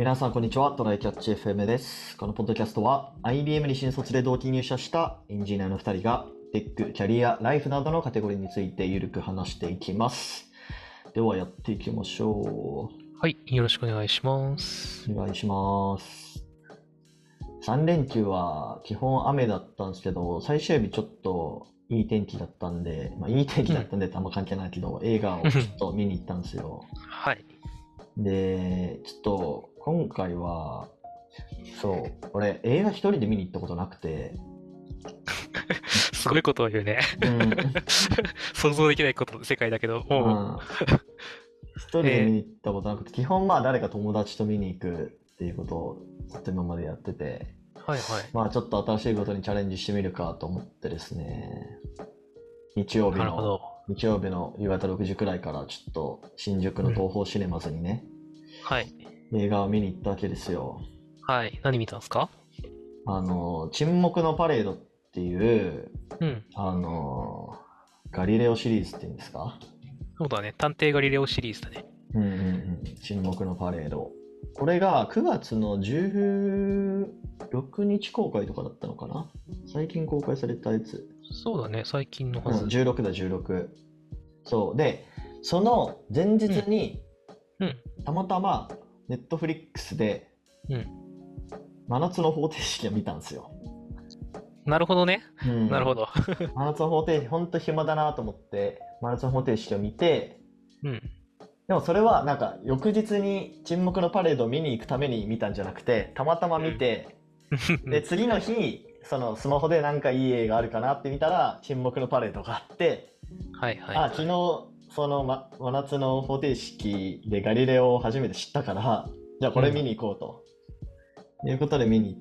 皆さん、こんにちは。トライキャッチ FM です。このポッドキャストは、IBM に新卒で同期入社したエンジニアの2人が、テック、キャリア、ライフなどのカテゴリーについてゆるく話していきます。では、やっていきましょはい、よろしくお願いします。 う。お願いします。3連休は基本雨だったんですけど、最終日ちょっといい天気だったんで、いい天気だったんでってあんま関係ないけど、映画をちょっと見に行ったんですよ。 はい。 で、ちょっと今回は、俺映画一人で見に行ったことなくて、 すごいことを言うね。 うん、 想像できないことの世界だけど、 うもん、一人で見に行ったことなくて、基本誰か友達と見に行くっていうことをずっと今までやってて、 はいはい。 ちょっと新しいことにチャレンジしてみるかと思ってですね、日曜日のなるほど。 夕方6時くらいからちょっと新宿の東宝シネマズにね、 はい。 映画を見に行ったわけですよ。 はい。何見たんですか？ 沈黙のパレードっていう、 うん。 ガリレオシリーズっていうんですか？ そうだね。探偵ガリレオシリーズだね。 沈黙のパレード。これが9月の16日公開とかだったのかな？最近公開されたやつ。 そうだね。最近のはず。 16だ、16。そう。で、その前日に、 うん。 たまたま、ネットフリックスで、 うん。 真夏の方程式を見たんですよ。 なるほどね。 うん。 なるほど。 真夏の方程式、ほんと暇だなと思って、真夏の方程式を見て、 うん。 でもそれは翌日に沈黙のパレードを見に行くために見たんじゃなくて、たまたま見て、で、次の日、そのスマホでなんかいい映画あるかなって見たら、沈黙のパレードがあって、 はいはいはい。 昨日、真夏の方程式でガリレオを初めて知ったから、じゃあこれ見に行こうと。いうことで見に行って、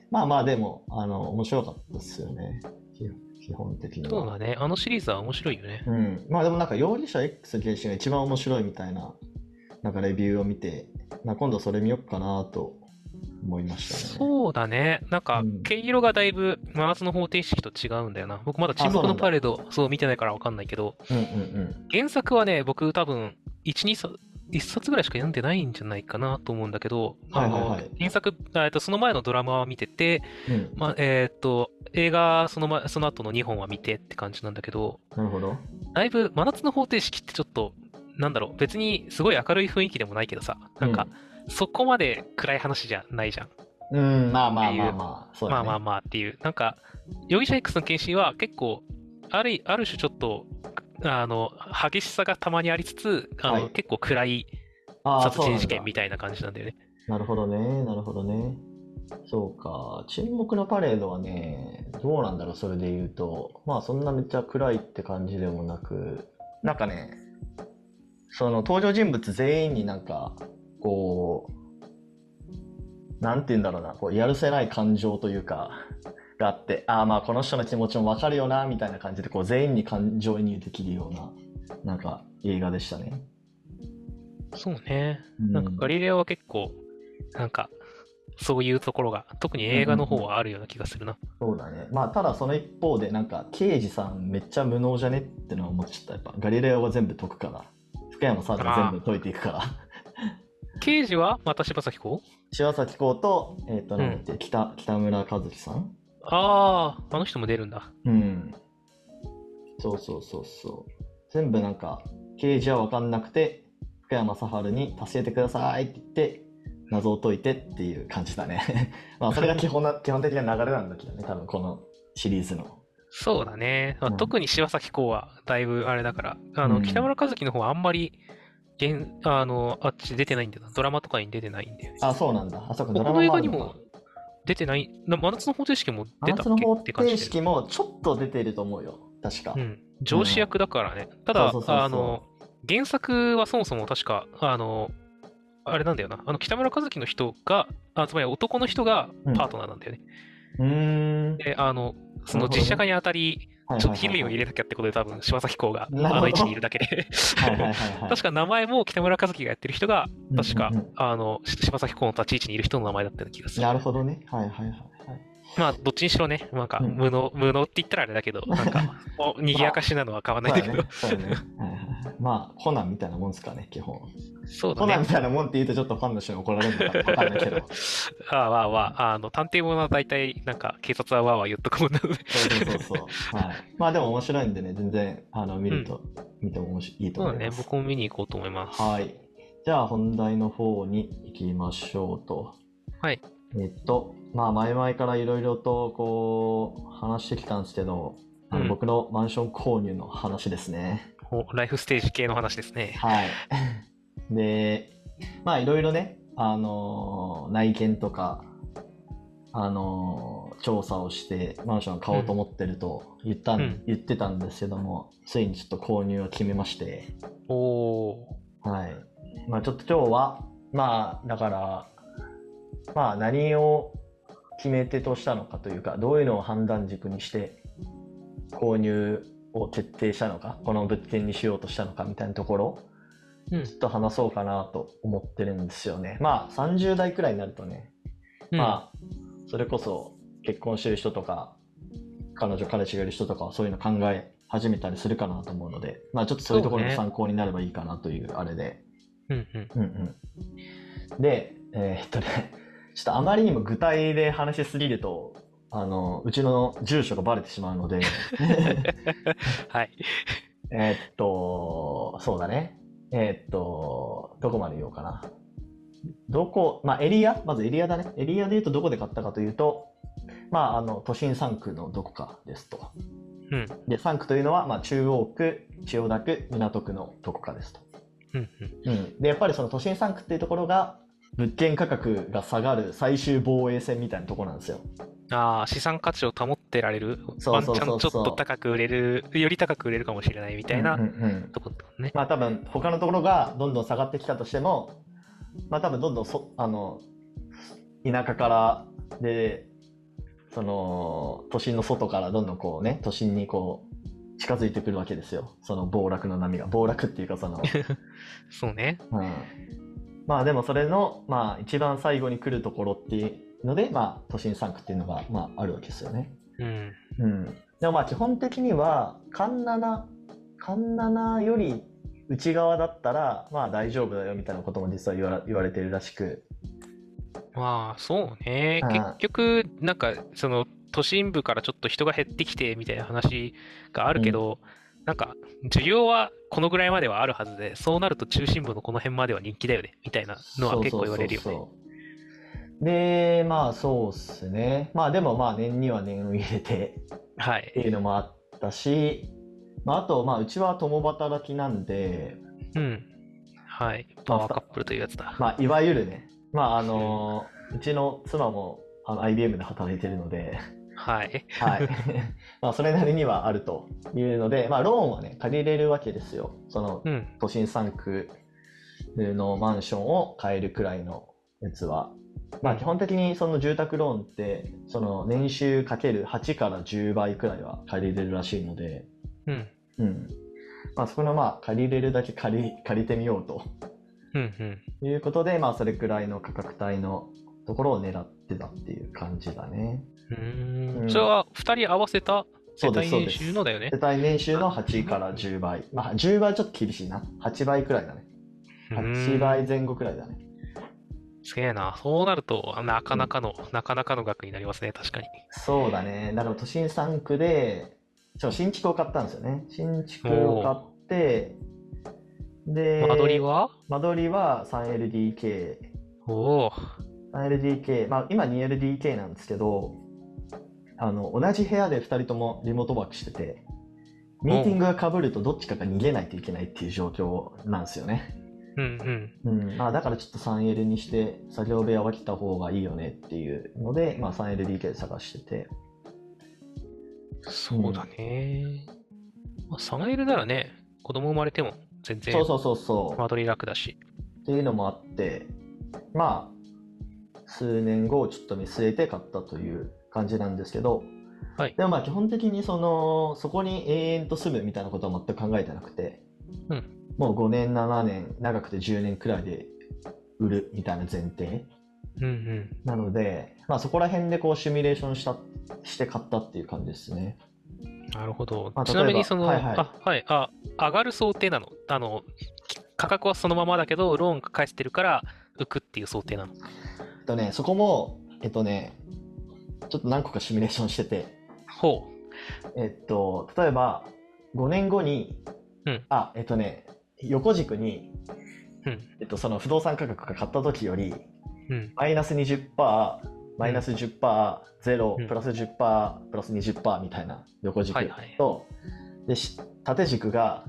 でも、面白かったですよね。基本的には。 そうだね。あのシリーズは面白いよね。 うん。でも容疑者 X 刑事が一番面白いみたいな、レビューを見て、今度それ見よっかなと思いましたね。 そうだね。毛色がだいぶ真夏の方程式と違うんだよな。僕まだ沈黙のパレード、そう見てないからわかんないけど、原作はね、僕多分、1、2冊、一冊ぐらいしか読んでないんじゃないかなと思うんだけど、原作、その前のドラマは見てて、映画、その後の2本は見てって感じなんだけど、 なるほど。 だいぶ真夏の方程式ってちょっと、別にすごい明るい雰囲気でもないけどさ、そこまで暗い話じゃないじゃん。 そうだね。 っていう、容疑者 X の検診は結構、ある種ちょっと、激しさがたまにありつつ、結構暗い殺人事件みたいな感じなんだよね。 なるほどね、なるほどね。そうか。沈黙のパレードはね、どうなんだろう、それで言うと。そんなめっちゃ暗いって感じでもなく、その登場人物全員になんて言うんだろうな、やるせない感情というか、があって、この人の気持ちもわかるよな、みたいな感じで、全員に感情移入できるような、映画でしたね。 そうね。ガリレオは結構、そういうところが、特に映画の方はあるような気がするな。 そうだね。ただその一方で、刑事さんめっちゃ無能じゃねってのは思っちゃった。やっぱ、ガリレオは全部解くから。福山さんが全部解いていくから。 刑事はまた柴咲コウ？ 柴咲コウと、北村一輝さん？ あの人も出るんだ。 うん。そう。全部刑事は分かんなくて、福山雅治に助けてくださいって言って、謎を解いてっていう感じだね。それが基本的な流れなんだけどね、多分このシリーズの。 そうだね。特に柴咲コウはだいぶあれだから、北村一輝の方はあんまり、あっち出てないんだよな。ドラマとかに出てないんだよね。 そうなんだ。そうか、 他の映画にも出てない。真夏の方程式も出たっけって感じで。 真夏の方程式もちょっと出てると思うよ。確か。 上司役だからね。ただ、原作はそもそも確か、あれなんだよな。北村一輝の人が、つまり男の人がパートナーなんだよね。で、その実写化にあたり、ちょっとヒロインを入れなきゃってことで多分柴咲コウがあの位置にいるだけで確か名前も北村一輝がやってる人が確か柴咲コウの立ち位置にいる人の名前だったような気がする。 なるほどね。 まあ、どっちにしろね、なんか、 うん。 無能って言ったらあれだけど、なんか、賑やかまあ、 しなのは変わらそうだね。 ないんだけど。 そうだね。はいはいはい。まあ、コナンみたいなもんですかね、基本。 そうだね。 コナンみたいなもんって言うとちょっとファンの人に怒られるのかわかんないけど。 ああまあまあ、探偵ものは大体、なんか、警察はわーわー言っとくもんなので。 そうそうそうそう。はい。まあでも面白いんでね、全然、 うん。 見てもいいとそうだね。 思います。 僕も見に行こうと思います。 はい。じゃあ本題の方に行きましょうと。 はい。 まあ前々からいろいろとこう話してきたんですけど、 うん。 僕のマンション購入の話ですね。 ライフステージ系の話ですね。 はい。で、まあいろいろね、内見とか、調査をしてマンションを買うん。 おうと思ってるとうん。 言ってたんですけども、ついにちょっと購入を決めまして、 おー。 はい。まあちょっと今日は、まあだから、まあ何を決め手としたのかというか、どういうのを判断軸にして購入を決定したのか、この物件にしようとしたのかみたいなところ、 うん。 ちょっと話そうかなと思ってるんですよね。まあ30代くらいになるとね、 うん。 まあそれこそ結婚してる人とか、彼女彼氏がいる人とかはそういうの考え始めたりするかなと思うので、まあちょっとそういうところのそうね。 参考になればいいかなというあれで。 うんうん。 うんうん。で、ちょっとあまりにも具体で話しすぎると、うちの住所がバレてしまうのではい。 そうだね。どこまで言おうかな。まあエリアまずエリアだね。エリアで言うとどこで買ったかというと、まあ都心3区のどこかですと。 うん。 で、3区というのは、まあ中央区、千代田区、港区のどこかですと。 うんうん。で、やっぱりその都心3区っていうところが、物件価格が下がる最終防衛線みたいなところなんですよ。 うん。ああ、資産価値を保ってられる。ワンチャンそうそうそうちょっとそ高く売れる、より高く売れるかもしれないみう。うんうんうたいなん。 とこだね。 まあ多分他のところがどんどん下がってきたとしても、まあ多分どんどん田舎からで、その都心の外からどんどんこうね、都心にこう近づいてくるわけですよ。その暴落の波が。暴落っていうかその、 そうね。 うん。まあでもそれの、まあ一番最後に来るところっていうので、まあ都心3区っていうのが、まああるわけですよね。 うん。 うん。でもまあ基本的には、カンナナより内側だったら、まあ大丈夫だよみたいなことも実は言われてるらしく。 まあ、そうね。結うん。 局、なんか、都心部からちょっと人が減ってきて、みたいな話があうん。 るけど、なんか、需要はこのぐらいまではあるはずで、そうなると中心部のこの辺までは人気だよね、みたいなのは結構言わそうそうそれるよね。 うそう。で、まあそうっすね。まあでもまあ年には年を入れてはい。 っていうのもあったし、まああとまあうちは共働きなんで、 うん。はい。パまあワーカップルというやつだ。 まあいわゆるね、まあうん。 うちの妻もIBM で働いてるので、 はい。 はい。まあ、それなりにはあるというので、まあ、ローンはね、借りれるわけですよ。その、 うん。 都心3区のマンションを買えるくらいのやつは。まあ、基うん。 本的にその住宅ローンって、その年収かける8から10倍くらいは借りれるらしいので、 うん。 うん。まあ、そこのまあ、借りれるだけ借りてみようとうん。うん。 いうことで、まあ、それくらいの価格帯のところを狙ってたっていう感じだね。 うーん。それうん。 は二人合わせた世そうです、そう帯年です。 収のだよね。 世帯年収の8 うから10倍。まあ、10倍はちょっと厳しいな。8倍くらいだね。 ー 8 ん。 倍前後くらいだね。 すげえな。そうなると、 うん。 なかなかの額になりますね。確かに。 そうだね。だから都心3区で、新築を買ったんですよね。新築を買おー。 って、 間取りで、 は間取りは 3LDK。 おー。 3LDK、まあ今 2LDK なんですけど、同じ部屋で2人ともリモートワークしてて、ミーティンおー。 グが被るとどっちかが逃げないといけないっていう状況なんですよね。 うんうん。 うん、まあだからちょっと 3L にして作業部屋分けた方がいいよねっていうので、まあ 3LDK で探してて。うそうだん。 ね。まあ、3L ならね、子供生まれても全然そうそうそうそ間取り楽だし。 う。っていうのもあって、まあ、数年後をちょっと見据えて買ったという感じなんですけど、 はい。 でもまあ基本的にそこに永遠と住むみたいなことは全く考えてなくて、 うん。 もう5年、7年、長くて10年くらいで売るみたいな前提。 うんうん。 なので、まあそこら辺でこうシミュレーションして買ったっていう感じですね。 なるほど。 まあちなみに例えば、はいはい。 はい、上がる想定なの？価格はそのままだけど、ローンが返してるから浮くっていう想定なの？ そこも、ちょっと何個かシミュレーションしてて、 ほ例えば、5年後に、 う。うん、 横軸に、 うん、 その不動産価格が買った時より、 うん、 マイナス20%、マイナス10%、ゼロ、 うん。 プラス10%、プラス20%みたいな横軸はいはい。 と、で、縦軸が、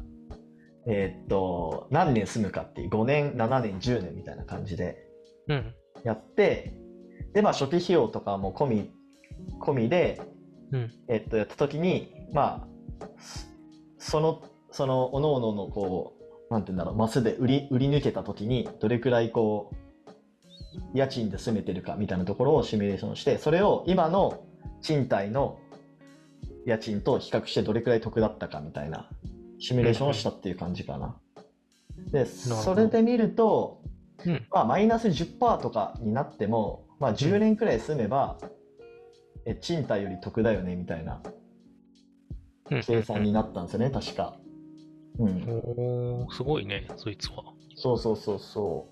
何年住むかっていう5年、7年、10年みたいな感じでうん、 やって、で、まあ初期費用とかも込みで、 うん、 やった時に、まあ、その、おのおののこう、なんて言うんだろう、マスで売り抜けた時に、どれくらいこう、家賃で住めてるかみたいなところをシミュレーションして、それを今の賃貸の家賃と比較してどれくらい得だったかみたいなシミュうん、 レーションをしうん。 たっていう感じかな。で、 なるほど。 それで見ると、 うん、 まあ、マイナス10%とかになっても、まあ、10 うん、 年くらい住めば、賃貸より得だよねみたいなうん、 計算にうん。 なったんですよね、確か。うん。 おー、すごいね、そいつは。 そうそうそうそう。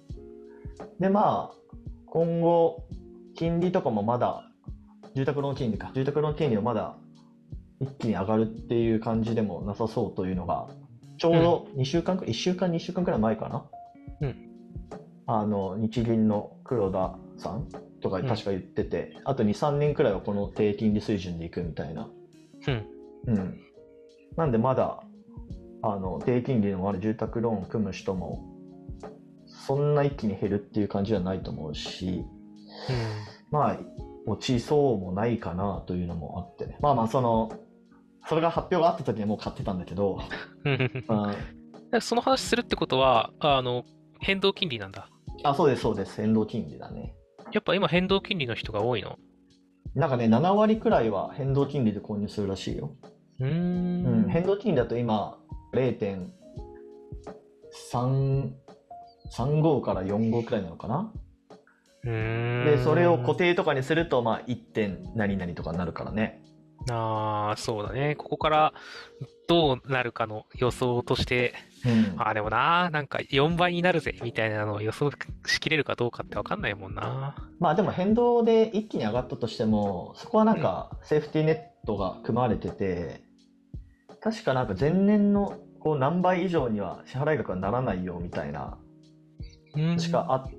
で、まあ、今後、金利とかもまだ、住宅ローン金利はまだ一気に上がるっていう感じでもなさそうというのが、ちょううん、 ど2週間くらい、1週間、2週間くらい前かな。 うん、 日銀の黒田さんとかうん、 確か言ってて、あと2、3年くらいはこの低金利水準でいくみたいな。 うん。 うん。なんでまだ、低金利のある住宅ローンを組む人も、そんな一気に減るっていう感じじゃないと思うし、 うん。 まあ、落ちそうもないかなというのもあってね。まあまあ、それが発表があった時にはもう買ってたんだけど、うん、 その話するってことは、変動金利なんだ。 あ、そうです、そうです。変動金利だね。 やっぱ今変動金利の人が多いの？ なんかね、7割くらいは変動金利で購入するらしいよ。 うーうん、 ん。 変動金利だと今、0.35から45くらいなのかな。 うーで、それを固ん。 定とかにすると、まあ、1. 点何々とかになるからね。 ああ、そうだね。ここからどうなるかの予想として、 うん。 でもな、なんか4倍になるぜ、みたいなのを予想しきれるかどうかってわかんないもんな。 まあでも変動で一気に上がったとしても、そこはなんうん。 かセーフティーネットが組まれてて、確かなんか前年のこう何倍以上には支払い額はならないよみたいな、 うーん。 確かあって、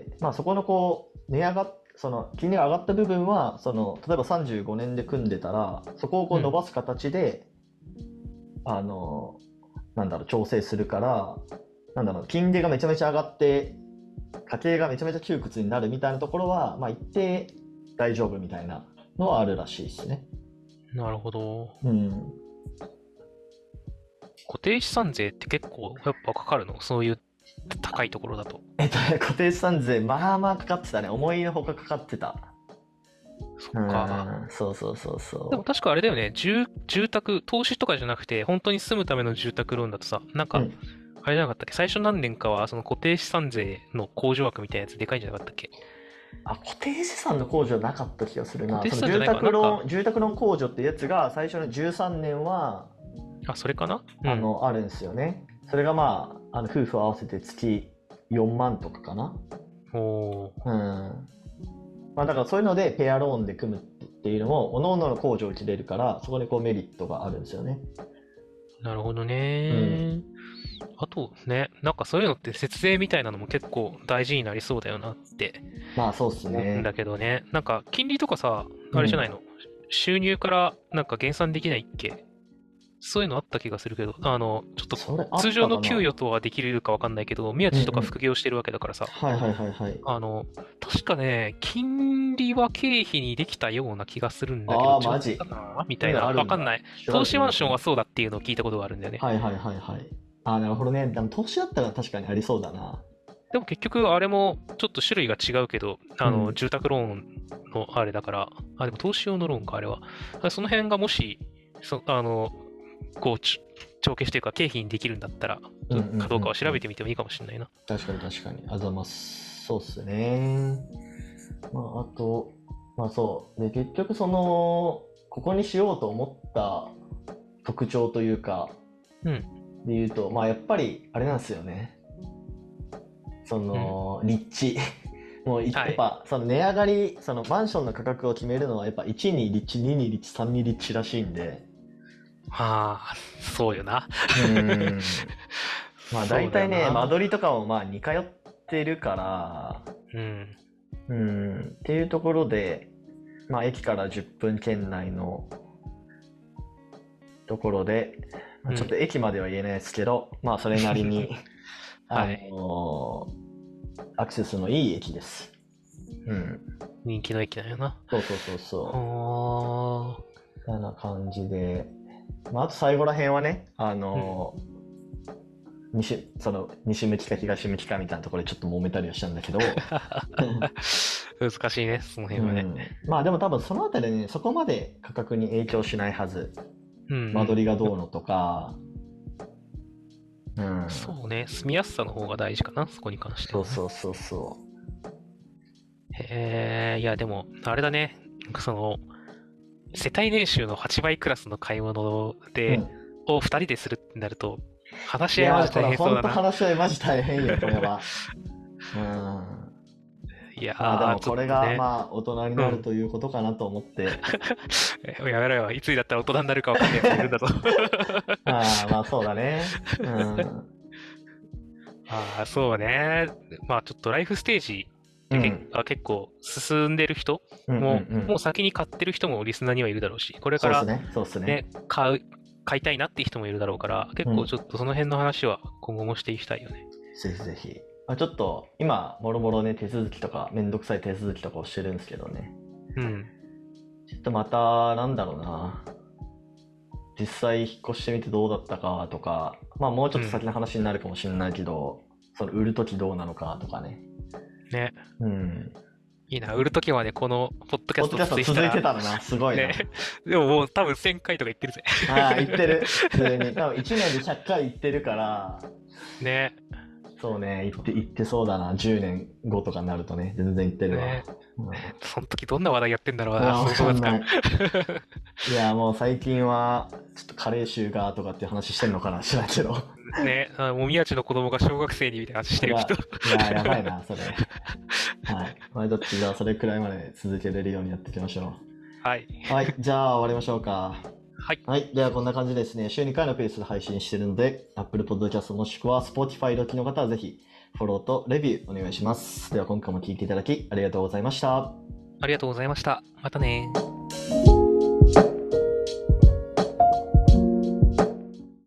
まあそこのこう、その金利が上がった部分は、例えば35年で組んでたら、そこをこうん。 う伸ばす形で、あの、なんだろう、調整するから、なんだろう、金利がめちゃめちゃ上がって、家計がめちゃめちゃ窮屈になるみたいなところは、まあ一定大丈夫みたいなのはあるらしいですね。 なるほど。 うん。 固定資産税って結構やっぱかかるの？そういう高いところだと。 固定資産税、まあまあかかってたね。思いのほかかかってた。 そっうか。 ん、そうそうそうそでも確かあれだよね。住宅、投資とかじゃなくて、本当に住むための住宅ローンだとさ、なんう。うか、 ん。 あれじゃなかったっけ？最初何年かは、その固定資産税の控除額みたいなやつでかいんじゃなかったっけ？ あ、固定資産の控除なかった気がするな。 固定その資産じゃないか。なんか、 住宅ローン控除っていうやつが最初の13年は、 それかな。うん。 あるんですよね。それがまあ、夫婦合わせて月4万とかかな。 おー。 うん。まあだからそういうのでペアローンで組むっていうのも、各々の控除を受けれるから、そこにこうメリットがあるんですよね。 なるほどうん。 ね。あとね、なんかそういうのって節税みたいなのも結構大事になりそうだよなってまあそうっす思うんだね。 けどね。なんか金利とかさ、 うん。 あれじゃないの？収入からなんか減算できないっけ？そういうのあった気がするけど、ちょっとそれあ通常のったかな。 給与とはできるかわかんないけど、宮地とかうんうん。 副業してるわけだからさ、 はいはいはいはい。 あの、確かね、金利は経費にできたような気がするんだけど、 ああ、 違っマジ。 たかなみそういうたいな。 のあるんだ。 わかんない。 調べて投資マンションはみようかな。 そうだっていうのを聞いたことがあるんだよね。 はいはいはいはい。ああ、なるほどね。でも投資だったら確かにありそうだな。 でも結局あれもちょっと種類が違うけど、 うん。 住宅ローンのあれだから、でも投資用のローンか、あれは。その辺がもし、こう、帳消しというか経費にできるんだったら、 うんうんかどうかはうんうん。 調べてみてもいいかもしれないな。 確かに確かに。あざます。そうっすね。 まあ、あと、まあそう。で、結局ここにしようと思った特徴というか、 うん。 で言うと、まあやっぱり、あれなんですよね。立地。もうやっぱ、その値上がり、そのマンションの価格を決めるのは、やっぱ1に立地、2に立地、3に立地らしいんで。 ああ、そうよな。 まあ大体ね、間取りとかもまあ似通ってるから、っていうところで、まあ駅から10分圏内のところで、まあ、ちょっと駅までは言えないですけど、まあそれなりに、アクセスのいい駅です。 人気の駅だよな。 そう。みたいな感じで、まああと最後ら辺はね、西向きか東向きかみたいなところでちょっと揉めたりはしたんだけど難しいね、その辺はね。 まあでも多分そのあたりね、そこまで価格に影響しないはず。間取りがどうのとか、 そうね、住みやすさの方が大事かな、そこに関しては、ね。 そう。 いやでも、あれだね、世帯年収の8倍クラスの買い物で、を2人でするってなると、話し合いマジ大変そうだな。 話し合いマジ大変よ、これは。いやでもこれが、まあ大人になるということかなと思って。 やめろよ、いつになったら大人になるか分かんないやついるんだぞ。 まあそうだね。 そうね。まあちょっとライフステージ結構進んでる人も、もう先に買ってる人もリスナーにはいるだろうし、これからね、買いたいなって人もいるだろうから、結構ちょっとその辺の話は今後もしていきたいよね。 ぜひぜひ。ちょっと今もろもろね、手続きとかめんどくさい手続きとかをしてるんですけどね。ちょっとまたなんだろうな、実際引っ越してみてどうだったかとか、まあもうちょっと先の話になるかもしれないけど、その売るときどうなのかとかね。 ね。いいな、売るときはね、このポッドキャスト続いてたらな、すごいな。 でももう多分1000回とか言ってるぜ。 言ってる。普通に。多分1年で100回言ってるから。 ね。 そうね、言ってそうだな。10年後とかになるとね、全然言ってるわ。 その時どんな話題やってんだろうな、 想像つかない。いや、もう最近は、ちょっと加齢臭がとかっていう話してんのかな、知らんけど。 ね、もう宮地の子供が小学生にみたいな話してる人。 いや、やばいな、それ。はい。まあ、どっちじゃあそれくらいまで続けれるようにやっていきましょう。はい。 はい、じゃあ終わりましょうか。 はい。 ではこんな感じですね。週2回のペースで配信しているので、Apple Podcast もしくは Spotify 時の方はぜひフォローとレビューお願いします。では今回も聞いていただきありがとうございました。 ありがとうございました。またね。